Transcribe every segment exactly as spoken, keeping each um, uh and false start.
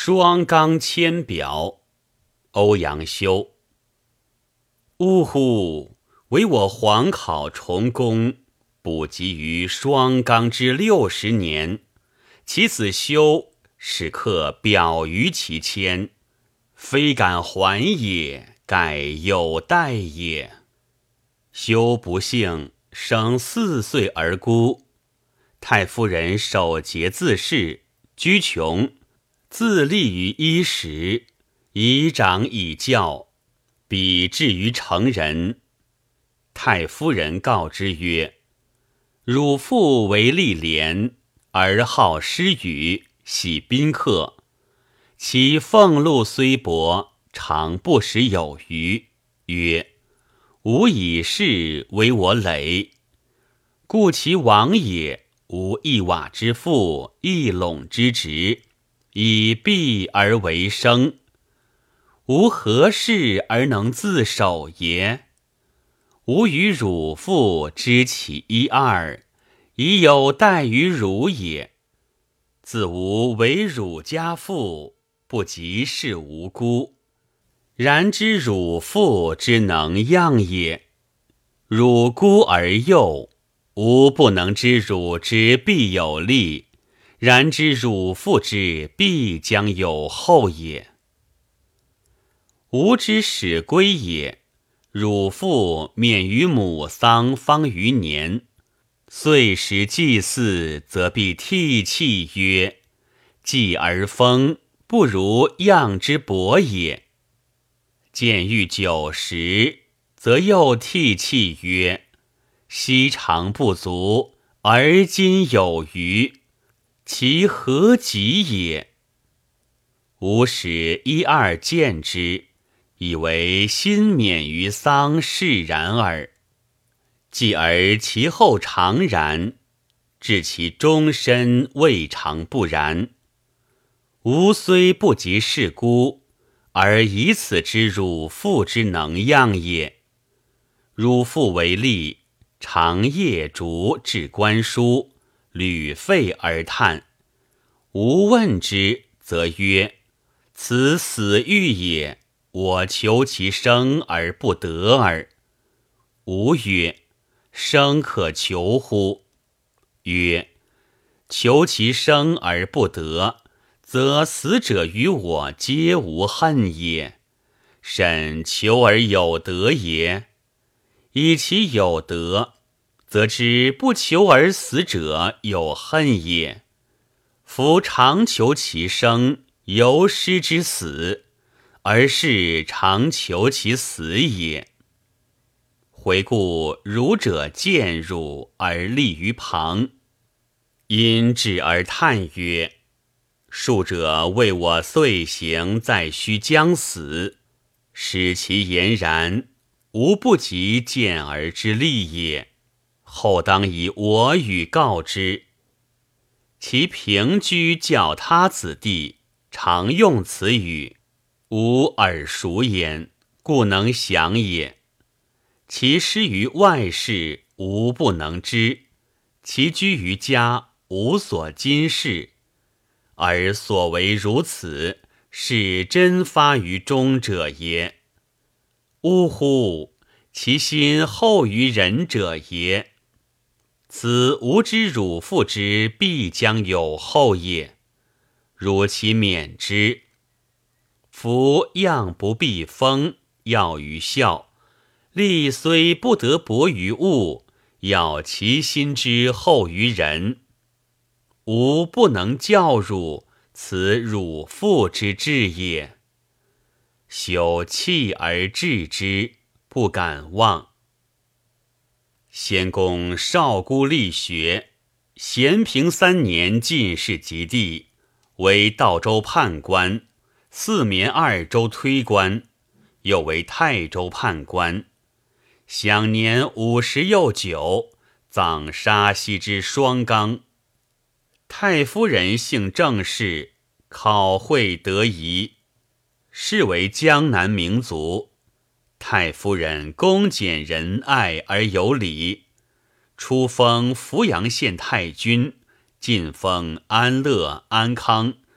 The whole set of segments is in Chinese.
双冈签表，欧阳修。呜呼！唯我皇考重功，不及于双冈之六十年。其子修始刻表于其签，非敢还也，盖有待也。修不幸，生四岁而孤。太夫人守节自恃，居穷，自立于衣食，以长以教，彼至于成人。太夫人告之曰：汝父为吏廉，而好诗语，喜宾客。其俸禄虽薄，常不时有余。曰：吾以事为我累，故其亡也，无一瓦之父，一垄之职，以弊而为生。吾何事而能自守也？吾与汝父知其一二，已有待于汝也。自吾为汝家父，不及是无辜。然知汝父之能样也。汝孤而幼，吾不能知汝之必有利，然知汝父之必将有后也。吾之始归也，汝父免于母丧方余年，岁时祭祀，则必涕泣曰：祭而丰，不如样之薄也。见欲九十，则又涕泣曰：昔常不足，而今有余，其何及也？吾使一二见之，以为心免于丧释然耳。继而其后常然，至其终身未尝不然。吾虽不及是孤，而以此知汝父之能样也。汝父为吏，常夜烛治官书，屡废而叹。吾问之，则曰：此死欲也，我求其生而不得耳。吾曰：生可求乎？曰：求其生而不得，则死者与我皆无恨也。审求而有得也？以其有得，则知不求而死者有恨也。夫常求其生，由师之死，而是常求其死也。回顾儒者见汝而立于旁，因止而叹曰：庶者为我岁行在须将死，使其言然，吾不及见而之利也。后当以我语告之。其平居教他子弟，常用此语，吾耳熟焉，故能详也。其师于外事，吾不能知；其居于家，无所今事。而所为如此，是真发于中者也。呜呼！其心厚于人者也。此吾知汝父之必将有后也。汝其免之。夫样不避风，要于孝；力虽不得薄于物，要其心之厚于人。吾不能教汝，此汝父之志也。修弃而治之，不敢忘。先公少孤立学，咸平三年进士及第，为道州判官，四绵二州推官，又为泰州判官。享年五十又九，葬沙溪之双冈。太夫人姓郑氏，考会得宜，是为江南名族。太夫人恭俭仁爱而有礼，初封扶阳县太君，晋封安乐、安康、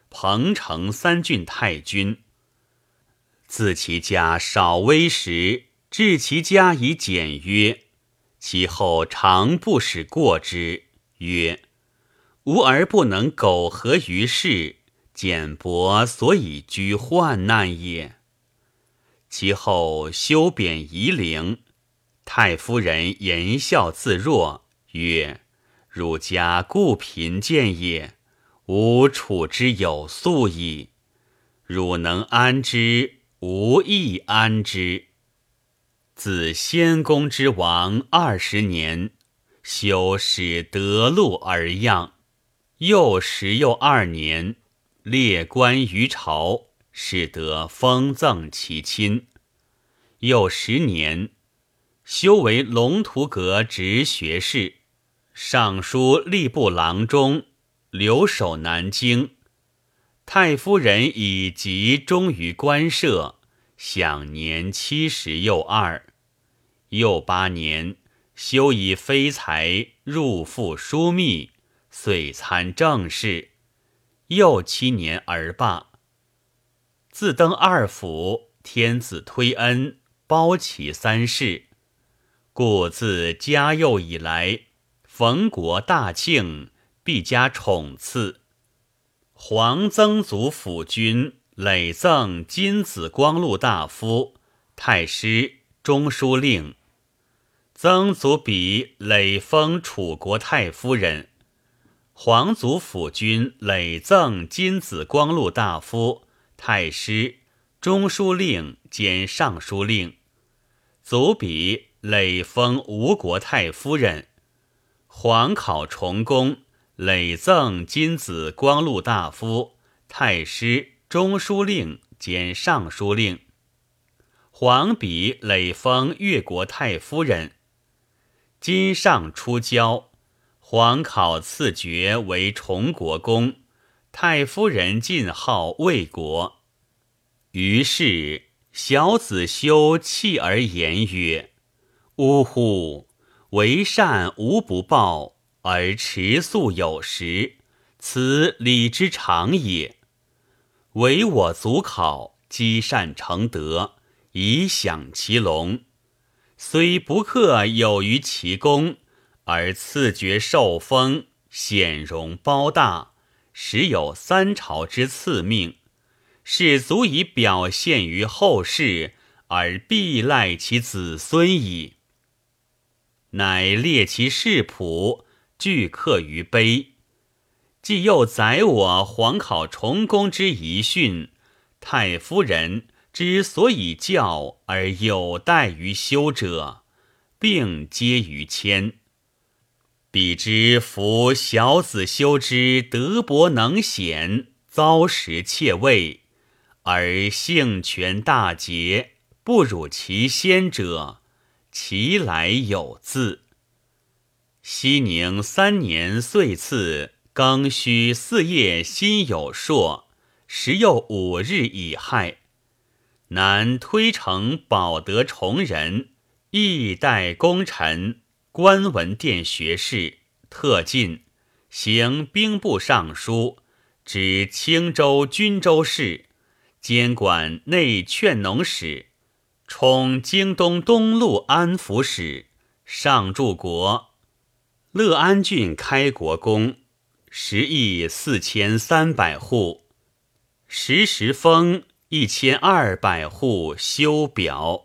彭城三郡太君。自其家少微时，至其家以简约，其后常不使过之，曰：吾儿不能苟合于世，简薄所以居患难也。其后修贬夷陵，太夫人言笑自若，曰：汝家故贫贱也，吾处之有素矣。汝能安之，吾亦安之。自先公之亡二十年，修使得禄而样。又十又二年，列官于朝，使得封赠其亲。又十年，修为龙图阁直学士，尚书吏部郎中，留守南京。太夫人以疾终于官舍，享年七十又二。又八年，修以非才入附枢密，遂参政事。又七年而罢。自登二府，天子推恩，褒其三世。故自嘉佑以来，逢国大庆，必加宠赐。皇曾祖辅君累赠金紫光禄大夫、太师、中书令。曾祖比累封楚国太夫人。皇祖辅君累赠金紫光禄大夫、太师、中书令兼尚书令。祖比累封吴国太夫人。皇考崇公累赠金紫光禄大夫、太师、中书令兼尚书令。皇比累封越国太夫人。今上出郊，皇考赐爵为崇国公，太夫人进号魏国。于是小子修泣而言曰：呜呼！为善无不报，而持素有时，此礼之常也。唯我祖考积善成德，以享其隆。虽不克有于其功，而赐爵受封，显荣褒大，实有三朝之赐命，是足以表现于后世，而必赖其子孙矣。乃列其世谱，俱刻于碑。既又载我皇考崇公之遗训，太夫人之所以教而有待于修者，并皆于谦。彼之夫小子修之德薄能显，遭时窃位，而性权大节，不辱其先者，其来有自。熙宁三年岁次庚戌四夜辛酉朔，时又五日乙亥，南推诚保德崇仁，亦代功臣，官文殿学士，特进，行兵部尚书，知青州军州事，监管内劝农使，充京东东路安抚使，上柱国。乐安郡开国公，十亿四千三百户，时时封一千二百户修表。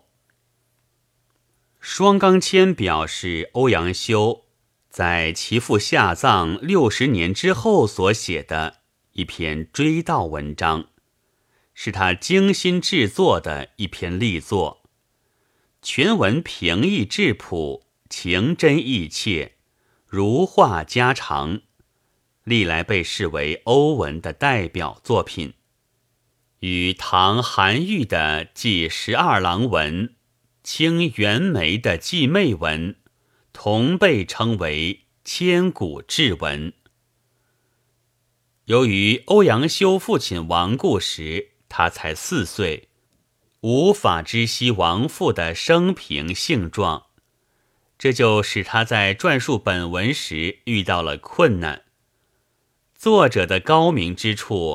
双钢签表是欧阳修在其父下葬六十年之后所写的一篇追悼文章，是他精心制作的一篇力作。全文平易质朴，情真意切，如话家常，历来被视为欧文的代表作品。与唐韩愈的祭十二郎文、清袁枚的祭妹文同被称为千古至文。由于欧阳修父亲亡故时他才四岁，无法知悉亡父的生平性状，这就使他在撰述本文时遇到了困难。作者的高明之处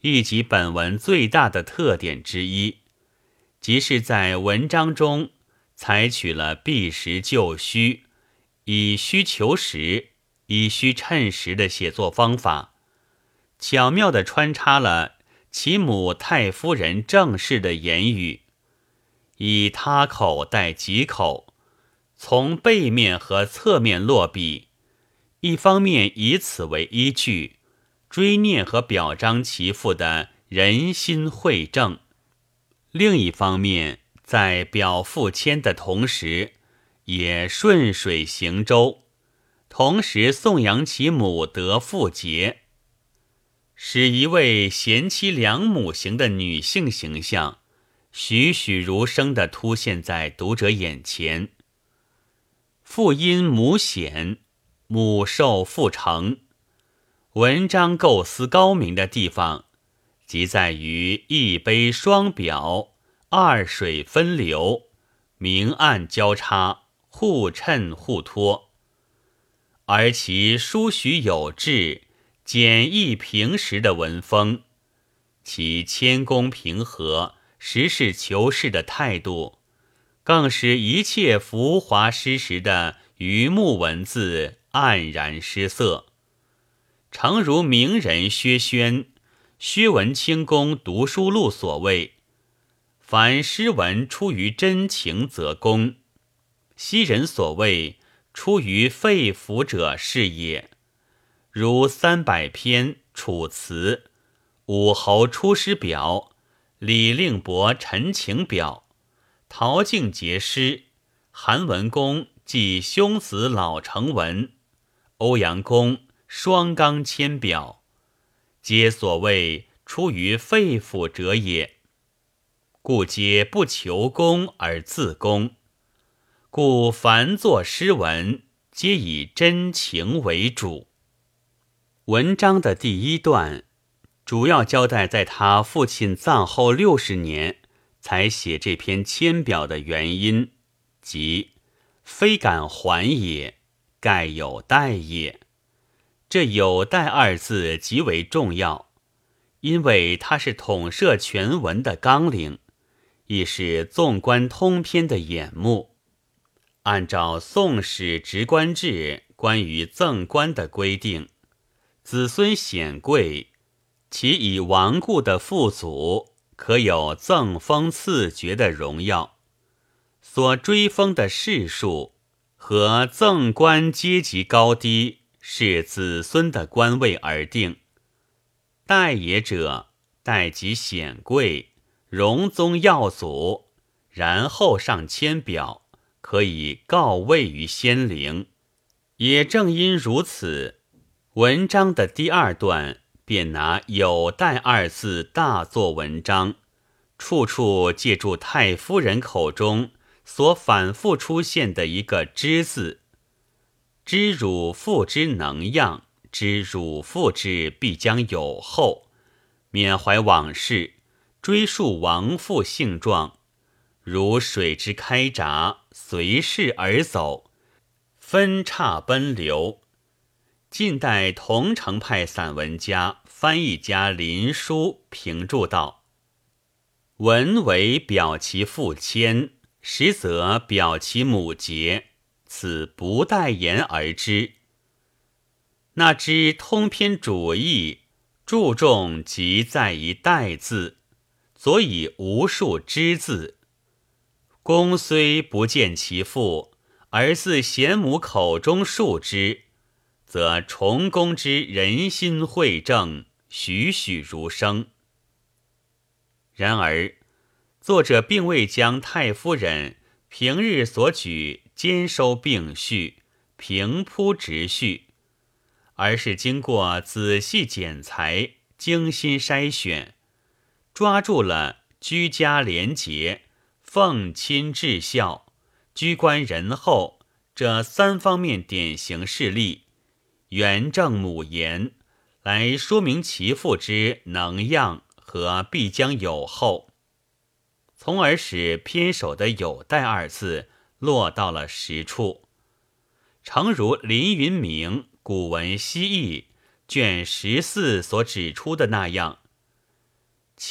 亦即本文最大的特点之一，即是在文章中采取了避实就虚、以虚求实、以虚衬实的写作方法，巧妙地穿插了其母太夫人正式的言语，以他口代己口，从背面和侧面落笔，一方面以此为依据，追念和表彰其父的人心惠政，另一方面在表父谦的同时，也顺水行舟，同时颂扬其母德妇节，使一位贤妻良母型的女性形象栩栩如生地凸现在读者眼前。父因母显，母受父成。文章构思高明的地方，即在于一杯双表，二水分流，明暗交叉，互衬互托，而其疏许有致、简易平实的文风，其谦恭平和、实事求是的态度，更使一切浮华失实的榆木文字黯然失色。诚如名人薛轩《薛文清公读书录》所谓：凡诗文出于真情则公，昔人所谓出于肺腑者是也。如三百篇楚辞、武侯出师表、李令伯陈情表、陶敬节诗、韩文公记兄子老成文、欧阳公双纲签表，皆所谓出于肺腑者也，故皆不求功而自功。故凡作诗文，皆以真情为主。文章的第一段主要交代在他父亲葬后六十年才写这篇签表的原因，即非敢还也，盖有待也。这有待二字极为重要，因为它是统摄全文的纲领，亦是纵观通篇的眼目。按照《宋史职官志》关于赠官的规定，子孙显贵，其已亡故的父祖可有赠封赐爵的荣耀，所追封的世数和赠官阶级高低是子孙的官位而定。代也者，代及显贵，荣宗耀祖，然后上签表，可以告慰于先灵。也正因如此，文章的第二段便拿有待二字大做文章，处处借助太夫人口中所反复出现的一个知字，知汝父之能样，知汝父之必将有后，缅怀往事，追溯亡父性状，如水之开闸，随势而走，分岔奔流。近代桐城派散文家、翻译家林书评注道：文为表其父谦，实则表其母节，此不待言而知。那知通篇主义注重即在于待字，所以无数知字。公虽不见其父，而自贤母口中述之，则重公之人心惠政，栩栩如生。然而作者并未将太夫人平日所举兼收并蓄，平铺直叙，而是经过仔细剪裁，精心筛选，抓住了居家廉洁、奉亲至孝、居官仁厚这三方面典型事例，原正母言，来说明其父之能样和必将有后，从而使篇首的有待二字落到了实处。诚如林云明古文西译卷十四所指出的那样，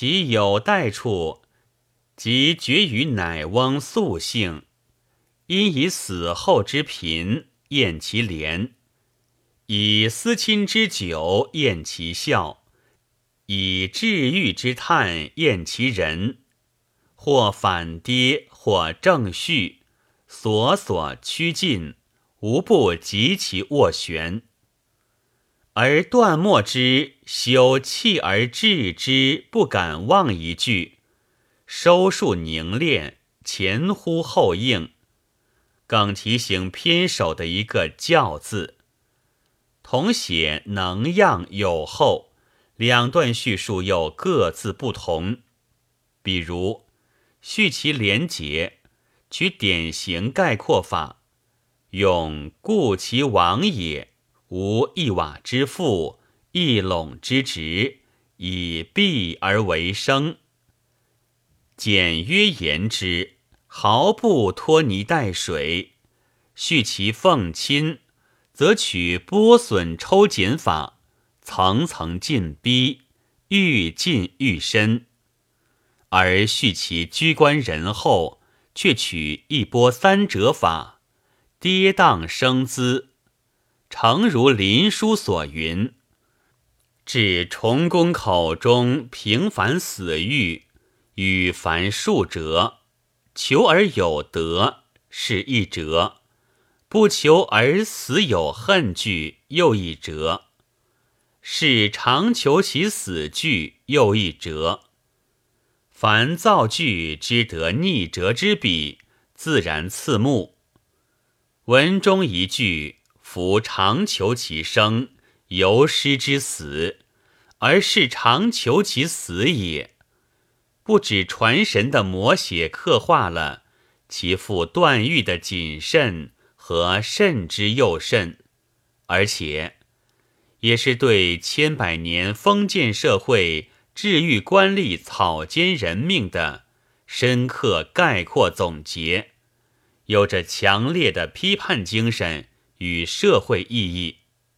其有待处，即绝于乃翁素性，因以死后之贫厌其廉，以思亲之久厌其孝，以治愈之叹厌其仁，或反跌，或正序，所所趋近，无不及其斡旋。而段末之修弃而治之，不敢忘一句，收束凝练，前呼后应，更提醒偏首的一个教字，同写能样有后，两段叙述又各自不同。比如叙其连结，取典型概括法，用故其往也，无一瓦之父，一垄之职，以弊而为生。简约言之，毫不拖泥带水；叙其奉亲，则取剥损抽减法，层层进逼，愈进愈深；而叙其居官仁厚，却取一波三折法，跌宕生姿。诚如林书所云：至重公口中平凡死狱，与凡数折，求而有得，是一折；不求而死有恨惧，又一折；是常求其死惧，又一折。凡造句之得逆折之笔，自然刺目。文中一句，夫常求其生，由师之死，而是常求其死也。不止传神的摹写刻画了其父段誉的谨慎和慎之又慎，而且也是对千百年封建社会治愈官吏草菅人命的深刻概括总结，有着强烈的批判精神与社会意义。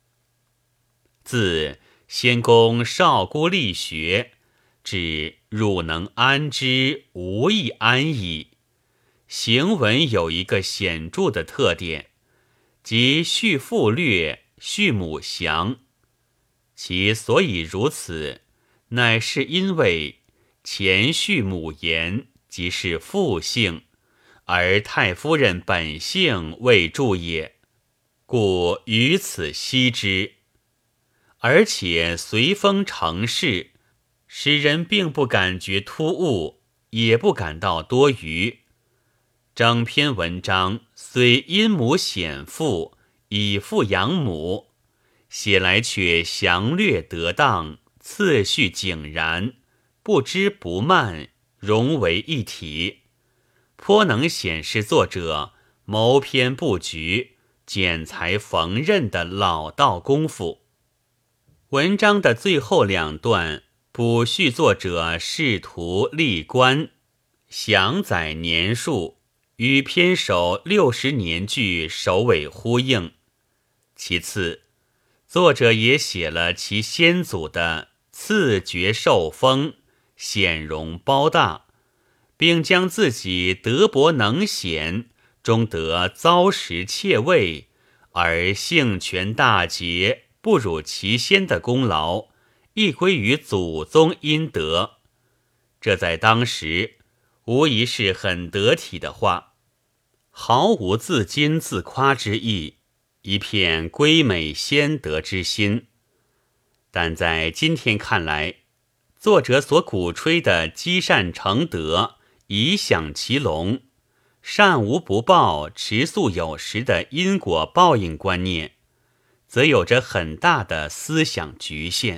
自先公少孤立学，至汝能安之，无亦安矣。行文有一个显著的特点，即叙父略，叙母详。其所以如此，乃是因为前叙母言即是父性，而太夫人本性未著也，故于此悉之。而且随风成事，使人并不感觉突兀，也不感到多余。整篇文章虽因母显父，以父养母，写来却详略得当，次序井然，不知不慢，融为一体，颇能显示作者谋篇布局、剪裁缝纫的老道功夫。文章的最后两段补叙作者仕途历官，详载年数，与篇首六十年句首尾呼应。其次，作者也写了其先祖的赐爵受封、显荣褒大，并将自己德薄能显，终得遭时窃位，而幸权大捷，不辱其先的功劳，亦归于祖宗阴德。这在当时无疑是很得体的话，毫无自矜自夸之意，一片归美先德之心。但在今天看来，作者所鼓吹的积善成德、以享其隆、善无不报、持素有时的因果报应观念，则有着很大的思想局限。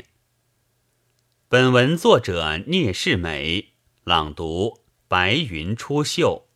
本文作者聂世美，朗读白云出岫。